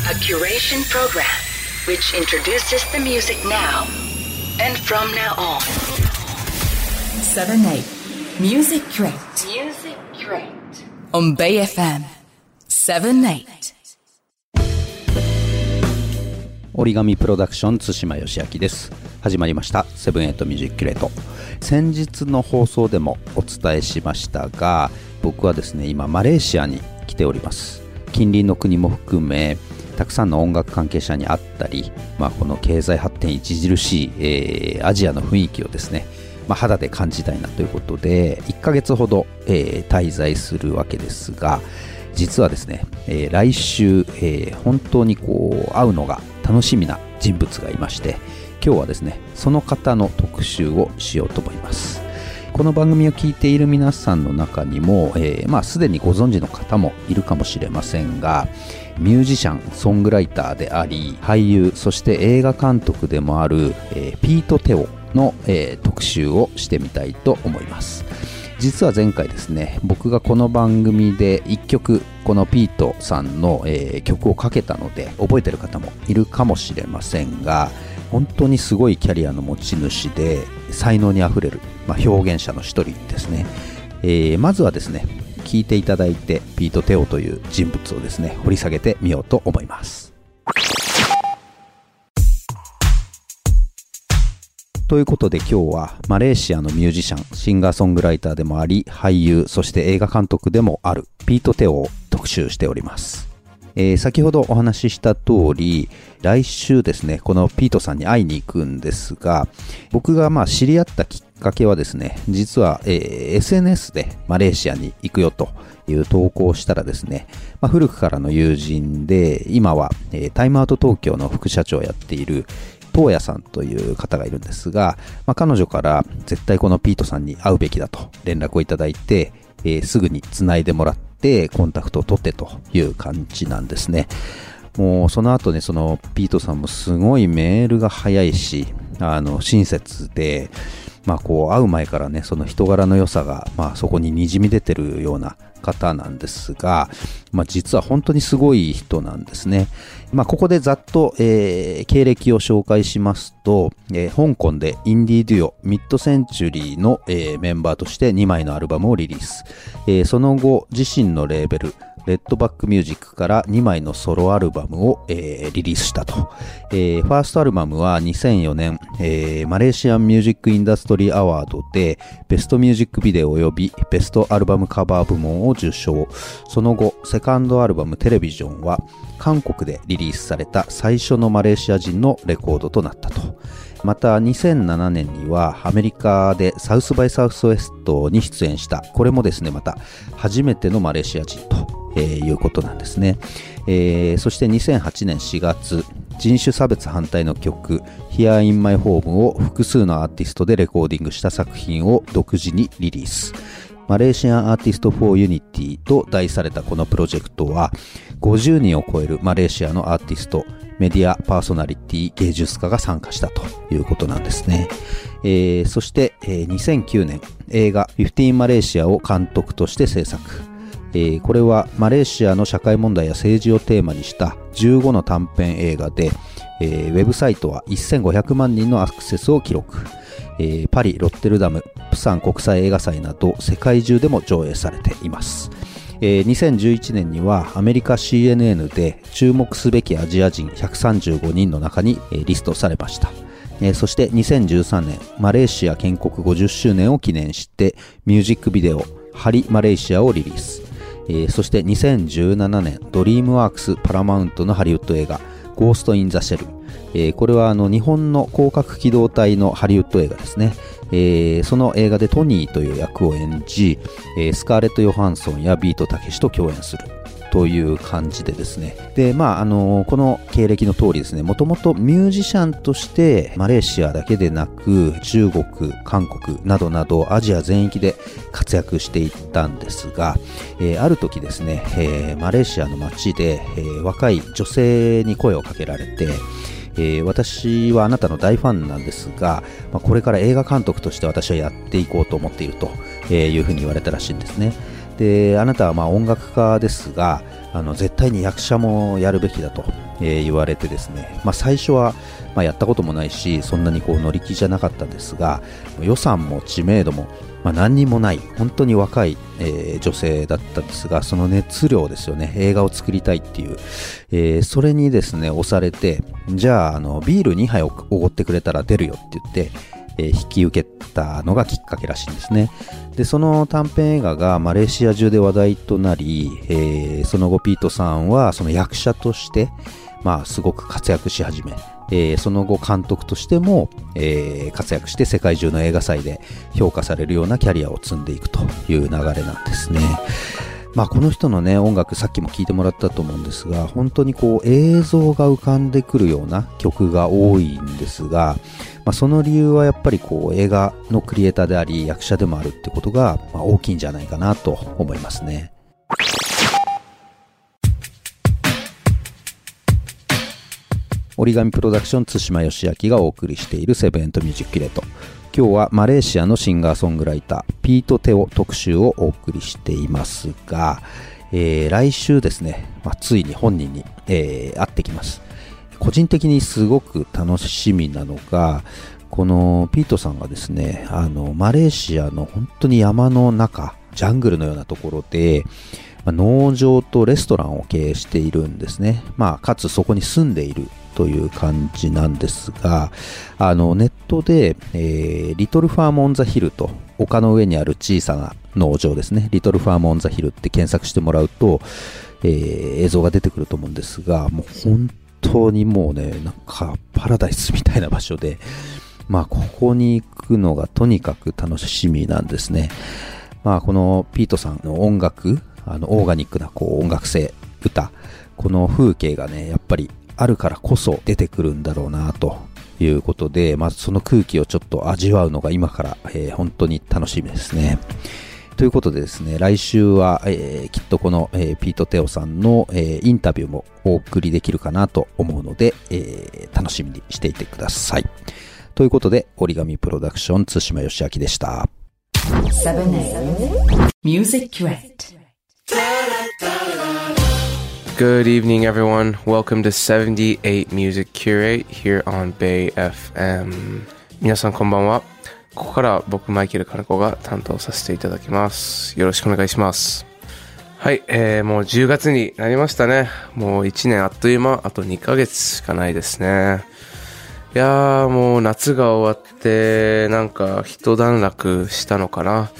A curation program which introduces the music now and from now on. 7-8 Music Crate. Music Crate. On Bay FM 7-8. 折り紙プロダクション津島義明です。始まりましたセブンエイトミュージックキュレート。先日の放送でもお伝えしましたが、僕はですね今マレーシアに来ております。近隣の国も含めたくさんの音楽関係者に会ったり、この経済発展著しい、アジアの雰囲気をですね、肌で感じたいなということで1ヶ月ほど、滞在するわけですが、実はですね、来週、本当に会うのが楽しみな人物がいまして、今日はですねその方の特集をしようと思います。この番組を聞いている皆さんの中にも、すでにご存知の方もいるかもしれませんが、ミュージシャン、ソングライターであり俳優、そして映画監督でもある、ピート・テオの、特集をしてみたいと思います。実は前回ですね、僕がこの番組で1曲このピートさんの、曲をかけたので覚えてる方もいるかもしれませんが、本当にすごいキャリアの持ち主で才能にあふれる、表現者の一人ですね。まずはですね聞いていただいて、ピート・テオという人物をですね掘り下げてみようと思います。ということで今日はマレーシアのミュージシャン、シンガーソングライターでもあり俳優、そして映画監督でもあるピート・テオを特集しております。先ほどお話しした通り、来週ですねこのピートさんに会いに行くんですが、僕が知り合ったきっかけはですね、実は、SNS でマレーシアに行くよという投稿をしたらですね、古くからの友人で今は、タイムアウト東京の副社長をやっている東野さんという方がいるんですが、彼女から絶対このピートさんに会うべきだと連絡をいただいて、すぐにつないでもらってコンタクトを取ってという感じなんですね。もうその後ね、そのピートさんもすごいメールが早いし、親切で、会う前からねその人柄の良さが、そこに滲み出てるような方なんですが、実は本当にすごい人なんですね。ここでざっと、経歴を紹介しますと、香港でインディーデュオミッドセンチュリーの、メンバーとして2枚のアルバムをリリース、その後自身のレーベルレッドバックミュージックから2枚のソロアルバムを、リリースしたと。ファーストアルバムは2004年、マレーシアンミュージックインダストリーアワードでベストミュージックビデオ及びベストアルバムカバー部門を受賞。その後セカンドアルバムテレビジョンは韓国でリリースされた最初のマレーシア人のレコードとなったと。また2007年にはアメリカでサウスバイサウスウェストに出演した。これもですねまた初めてのマレーシア人ということなんですね。そして2008年4月、人種差別反対の曲 Here in My Home を複数のアーティストでレコーディングした作品を独自にリリース。マレーシアンアーティストフォーユニティと題されたこのプロジェクトは50人を超えるマレーシアのアーティスト、メディアパーソナリティ、芸術家が参加したということなんですね。そして、2009年映画15マレーシアを監督として制作。これはマレーシアの社会問題や政治をテーマにした15の短編映画で、ウェブサイトは1500万人のアクセスを記録。パリ、ロッテルダム、プサン国際映画祭など世界中でも上映されています。2011年にはアメリカ CNN で注目すべきアジア人135人の中にリストされました。そして2013年マレーシア建国50周年を記念してミュージックビデオハリ・マレーシアをリリース。そして2017年ドリームワークスパラマウントのハリウッド映画ゴースト・イン・ザ・シェル、これは日本の広角機動隊のハリウッド映画ですね。その映画でトニーという役を演じ、スカーレット・ヨハンソンやビート・たけしと共演するという感じでですね。で、この経歴の通りですね、もともとミュージシャンとしてマレーシアだけでなく中国、韓国などなどアジア全域で活躍していったんですが、ある時ですね、マレーシアの街で、若い女性に声をかけられて、私はあなたの大ファンなんですが、これから映画監督として私はやっていこうと思っているというふうに言われたらしいんですね。で、あなたは音楽家ですが絶対に役者もやるべきだと言われてですね、最初は、やったこともないしそんなに乗り気じゃなかったんですが、予算も知名度も、何にもない本当に若い、女性だったんですが、その熱量ですよね、映画を作りたいっていう、それにですね押されて、じゃあ、ビール2杯おごってくれたら出るよって言って、引き受けたのがきっかけらしいんですね。でその短編映画がマレーシア中で話題となり、その後ピートさんはその役者としてすごく活躍し始め、その後監督としても、活躍して世界中の映画祭で評価されるようなキャリアを積んでいくという流れなんですね。この人のね音楽、さっきも聴いてもらったと思うんですが、本当に映像が浮かんでくるような曲が多いんですが、その理由はやっぱり映画のクリエイターであり役者でもあるってことが、大きいんじゃないかなと思いますね。折り紙プロダクション対馬義明がお送りしているセブンエントミュージックキュレート。今日はマレーシアのシンガーソングライターピート・テオ特集をお送りしていますが、来週ですね、ついに本人に、会ってきます。個人的にすごく楽しみなのが、このピートさんがですね、マレーシアの本当に山の中、ジャングルのようなところで、農場とレストランを経営しているんですね。かつそこに住んでいるという感じなんですが、ネットで、リトルファームオンザヒルと丘の上にある小さな農場ですね、リトルファームオンザヒルって検索してもらうと、映像が出てくると思うんですが、もう本当にもうね、なんかパラダイスみたいな場所で、ここに行くのがとにかく楽しみなんですね。このピートさんの音楽、オーガニックな音楽性、歌、この風景がねやっぱりあるからこそ出てくるんだろうなということで、その空気をちょっと味わうのが今から、本当に楽しみですね。ということでですね、来週は、きっとこの、ピート・テオさんの、インタビューもお送りできるかなと思うので、楽しみにしていてください。ということで、折り紙プロダクション対馬義明でした。 Music Crate. Good evening, everyone. Welcome to 78 Music Curate here on Bay FM. 皆さんこんばんは。ここから僕マイケル金子が担当させていただきます。よろしくお願いします。はい、もう10月になりましたね。もう1年あっという間、あと2ヶ月しかないですね。いやー、もう夏が終わってなんか一段落したのかな。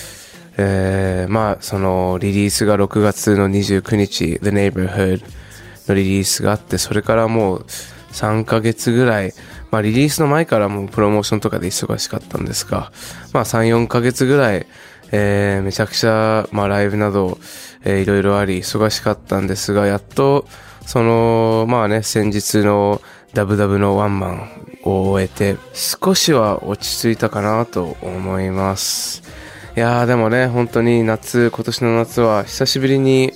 そのリリースが6月の29日 The Neighborhood のリリースがあって、それからもう3ヶ月ぐらい、リリースの前からもうプロモーションとかで忙しかったんですが、3、4ヶ月ぐらい、めちゃくちゃ、ライブなど、いろいろあり忙しかったんですが、やっとその先日のダブダブのワンマンを終えて少しは落ち着いたかなと思います。いやーでもね、本当に今年の夏は久しぶりに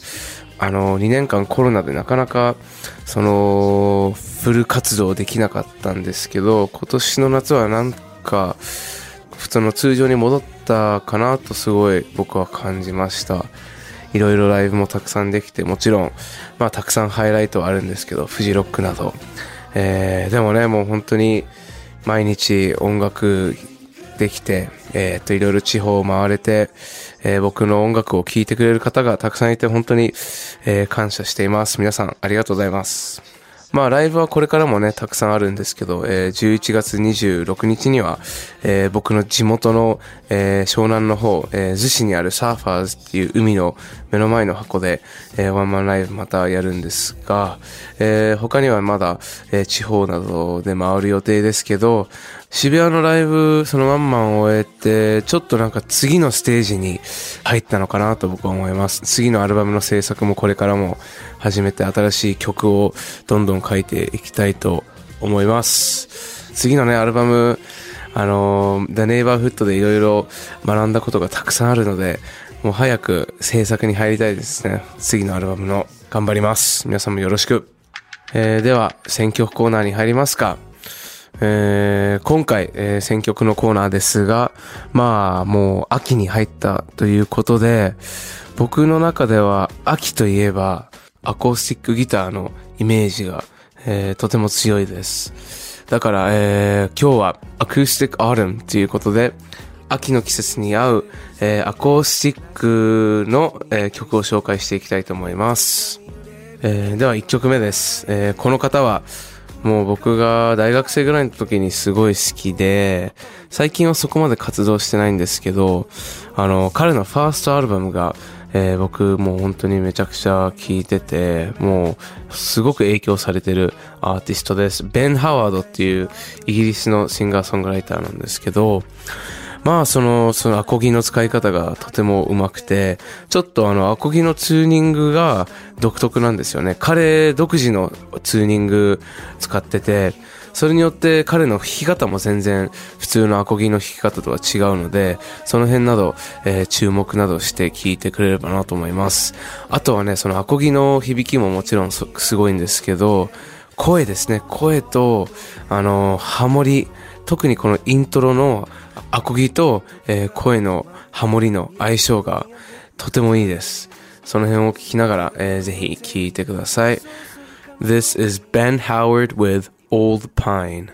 2年間コロナでなかなかそのフル活動できなかったんですけど、今年の夏はなんか普通の通常に戻ったかなとすごい僕は感じました。いろいろライブもたくさんできて、もちろんたくさんハイライトはあるんですけど、フジロックなど、でもね、もう本当に毎日音楽できて、いろいろ地方を回れて、僕の音楽を聴いてくれる方がたくさんいて本当に、感謝しています。皆さんありがとうございます。ライブはこれからもねたくさんあるんですけど、11月26日には、僕の地元の、湘南の方、逗子にあるサーファーズっていう海の目の前の箱で、ワンマンライブまたやるんですが、他にはまだ、地方などで回る予定ですけど、渋谷のライブそのワンマンを終えてちょっとなんか次のステージに入ったのかなと僕は思います。次のアルバムの制作もこれからも始めて、新しい曲をどんどん書いていきたいと思います。次のねアルバムThe Neighborhood でいろいろ学んだことがたくさんあるので、もう早く制作に入りたいですね。次のアルバムの頑張ります。皆さんもよろしく。では選曲コーナーに入りますか。今回、選曲のコーナーですが、もう秋に入ったということで、僕の中では秋といえばアコースティックギターのイメージがとても強いです。だから、今日はアコースティックオータムということで、秋の季節に合う、アコースティックの、曲を紹介していきたいと思います。では1曲目です。この方はもう僕が大学生ぐらいの時にすごい好きで、最近はそこまで活動してないんですけど、彼のファーストアルバムが、僕もう本当にめちゃくちゃ聴いてて、もうすごく影響されてるアーティストです。ベン・ハワードっていうイギリスのシンガーソングライターなんですけど、まあそのアコギの使い方がとても上手くて、ちょっとアコギのチューニングが独特なんですよね。彼独自のチューニング使ってて、それによって彼の弾き方も全然普通のアコギの弾き方とは違うので、その辺など、注目などして聴いてくれればなと思います。あとはね、そのアコギの響きももちろんすごいんですけど、声ですね。声とハモリ、特にこのイントロのアコギと、声のハモリの相性がとてもいいです。その辺を聞きながら、ぜひ聞いてください。This is Ben Howard with Old Pine.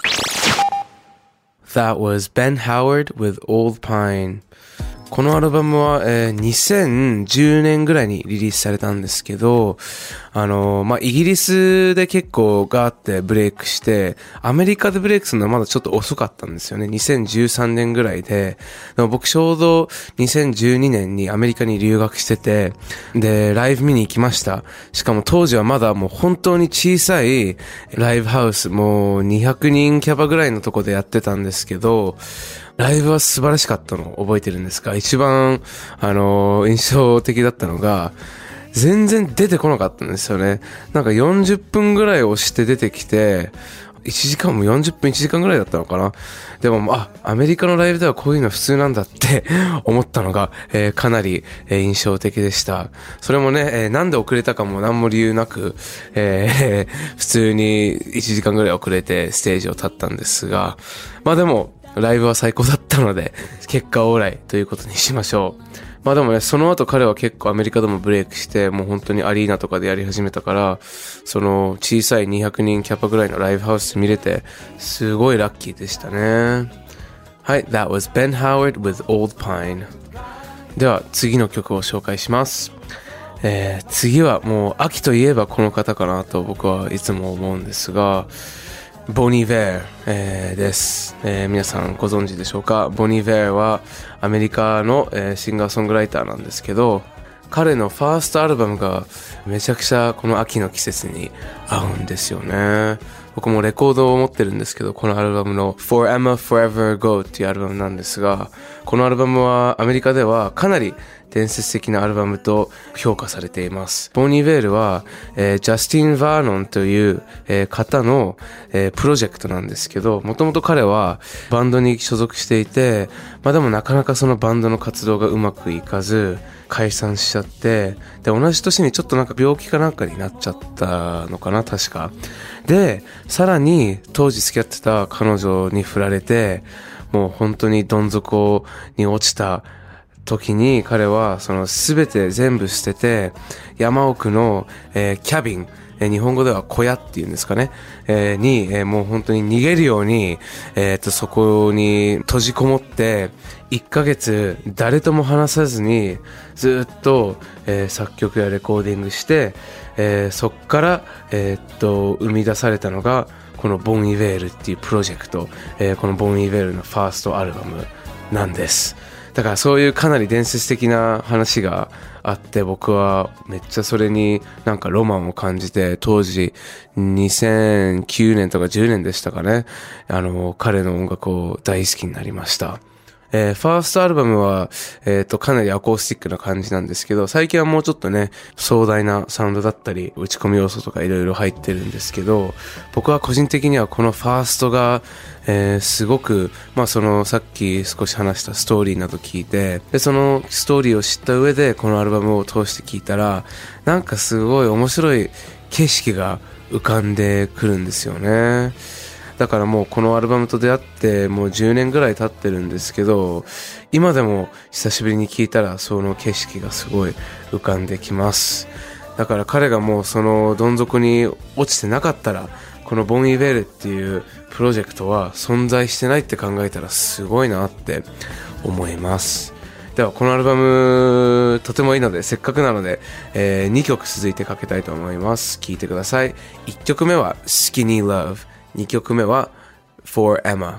That was Ben Howard with Old Pine. このアルバムは、2010年ぐらいにリリースされたんですけど、イギリスで結構ガーってブレイクして、アメリカでブレイクするのはまだちょっと遅かったんですよね。2013年ぐらいで、僕ちょうど2012年にアメリカに留学してて、で、ライブ見に行きました。しかも当時はまだもう本当に小さいライブハウス、もう200人キャパぐらいのとこでやってたんですけど、ライブは素晴らしかったのを覚えてるんですが、一番、印象的だったのが、全然出てこなかったんですよね。なんか40分ぐらい押して出てきて、1時間も40分1時間ぐらいだったのかな。でも、アメリカのライブではこういうの普通なんだって思ったのが、かなり、印象的でした。それもね、なんで遅れたかも何も理由なく、普通に1時間ぐらい遅れてステージを立ったんですが、でも、ライブは最高だったので、結果オーライということにしましょう。でもね、その後彼は結構アメリカでもブレイクして、もう本当にアリーナとかでやり始めたから、その小さい200人キャパぐらいのライブハウス見れて、すごいラッキーでしたね。はい、That was Ben Howard with Old Pine。では次の曲を紹介します。次はもう秋といえばこの方かなと僕はいつも思うんですが、ボニー・ベア、です、皆さんご存知でしょうか。ボニー・ベアはアメリカの、シンガーソングライターなんですけど、彼のファーストアルバムがめちゃくちゃこの秋の季節に合うんですよね。僕もレコードを持ってるんですけど、このアルバムの For Emma Forever Go っていうアルバムなんですが、このアルバムはアメリカではかなり伝説的なアルバムと評価されています。ボニー・ベールは、ジャスティン・バーノンという、方の、プロジェクトなんですけど、もともと彼はバンドに所属していて、でもなかなかそのバンドの活動がうまくいかず、解散しちゃって、で、同じ年にちょっとなんか病気かなんかになっちゃったのかな、確か。で、さらに当時付き合ってた彼女に振られて、もう本当にどん底に落ちた時に彼はその全て全部捨てて山奥の、キャビン、日本語では小屋っていうんですかね、に、もう本当に逃げるように、そこに閉じこもって1ヶ月誰とも話さずにずっと、作曲やレコーディングして、そっから、生み出されたのがこのボン・イヴェールっていうプロジェクト、このボン・イヴェールのファーストアルバムなんです。だからそういうかなり伝説的な話があって、僕はめっちゃそれになんかロマンを感じて、当時2009年とか10年でしたかね、彼の音楽を大好きになりました。ファーストアルバムは、かなりアコースティックな感じなんですけど、最近はもうちょっとね、壮大なサウンドだったり、打ち込み要素とかいろいろ入ってるんですけど、僕は個人的にはこのファーストが、すごく、そのさっき少し話したストーリーなど聞いて、で、そのストーリーを知った上でこのアルバムを通して聞いたら、なんかすごい面白い景色が浮かんでくるんですよね。だからもうこのアルバムと出会ってもう10年ぐらい経ってるんですけど、今でも久しぶりに聴いたらその景色がすごい浮かんできます。 だから彼がもうそのどん底に落ちてなかったら、このボン・イヴェルっていうプロジェクトは存在してないって考えたらすごいなって思います。ではこのアルバムとてもいいので、せっかくなので、2曲続いてかけたいと思います。聴いてください。1曲目は Skinny Love、 2曲目は For Emma。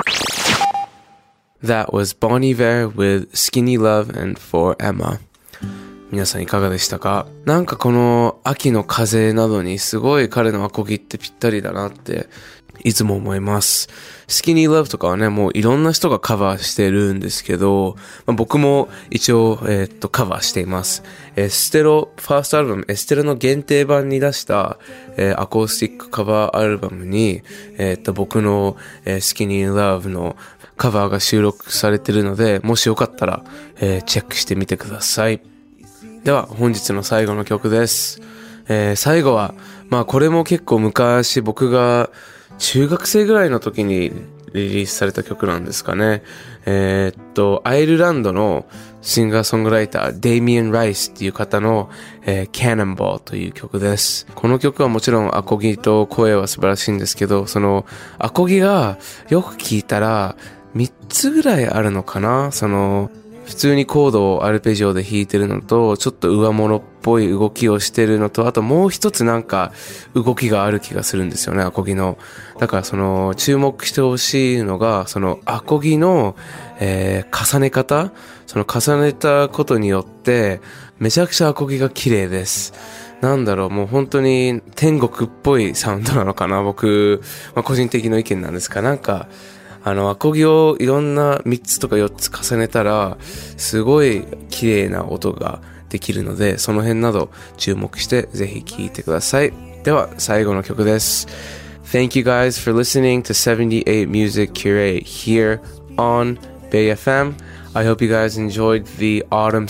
That was Bon Iver with Skinny Love and For Emma。 皆さんいかがでしたか？なんかこの秋の風などにすごい彼のアコギってぴったりだなっていつも思います。Skinny Love とかはね、もういろんな人がカバーしてるんですけど、僕も一応、カバーしています。ファーストアルバム、エステロの限定版に出した、アコースティックカバーアルバムに、僕の、Skinny Love のカバーが収録されてるので、もしよかったら、チェックしてみてください。では、本日の最後の曲です。最後は、これも結構昔僕が中学生ぐらいの時にリリースされた曲なんですかね。アイルランドのシンガーソングライター、デイミアン・ライスっていう方の、Cannonball という曲です。この曲はもちろんアコギと声は素晴らしいんですけど、そのアコギがよく聞いたら3つぐらいあるのかな。普通にコードをアルペジオで弾いてるのと、ちょっと上物っぽい動きをしてるのと、あともう一つなんか動きがある気がするんですよね、アコギの。だから注目してほしいのが、アコギの、重ね方。重ねたことによって、めちゃくちゃアコギが綺麗です。もう本当に天国っぽいサウンドなのかな、僕、個人的な意見なんですが、アコギをいろんな3つとか4つ重ねたら、すごい綺麗な音ができるので、その辺など注目してぜひ聴いてください。では、最後の曲です。Thank you guys for listening to 78 Music Curate here on Bay FM. I hope you guys enjoyed the autumn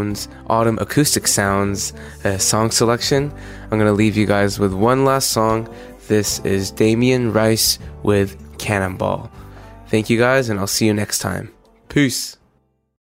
acoustic sounds song selection. I'm going to leave you guys with one last song. This is Damien Rice with Cannonball. Thank you guys, and I'll see you next time. Peace.